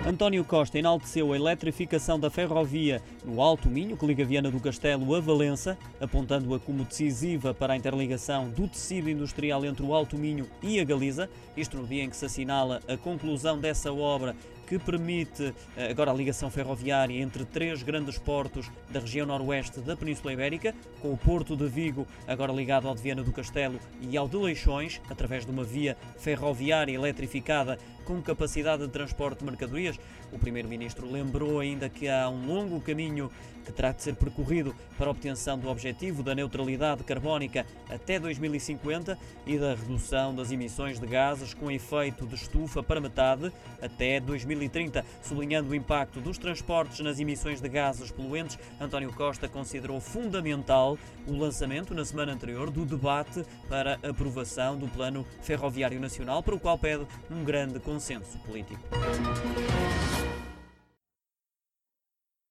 António Costa enalteceu a eletrificação da ferrovia no Alto Minho, que liga Viana do Castelo a Valença, apontando-a como decisiva para a interligação do tecido industrial entre o Alto Minho e a Galiza, isto no dia em que se assinala a conclusão dessa obra que permite agora a ligação ferroviária entre três grandes portos da região noroeste da Península Ibérica, com o Porto de Vigo agora ligado ao de Viana do Castelo e ao de Leixões, através de uma via ferroviária eletrificada com capacidade de transporte de mercadorias. O Primeiro-Ministro lembrou ainda que há um longo caminho que terá de ser percorrido para a obtenção do objetivo da neutralidade carbónica até 2050 e da redução das emissões de gases com efeito de estufa para metade até 2030. Sublinhando o impacto dos transportes nas emissões de gases poluentes, António Costa considerou fundamental o lançamento, na semana anterior, do debate para aprovação do Plano Ferroviário Nacional, para o qual pede um grande consenso político.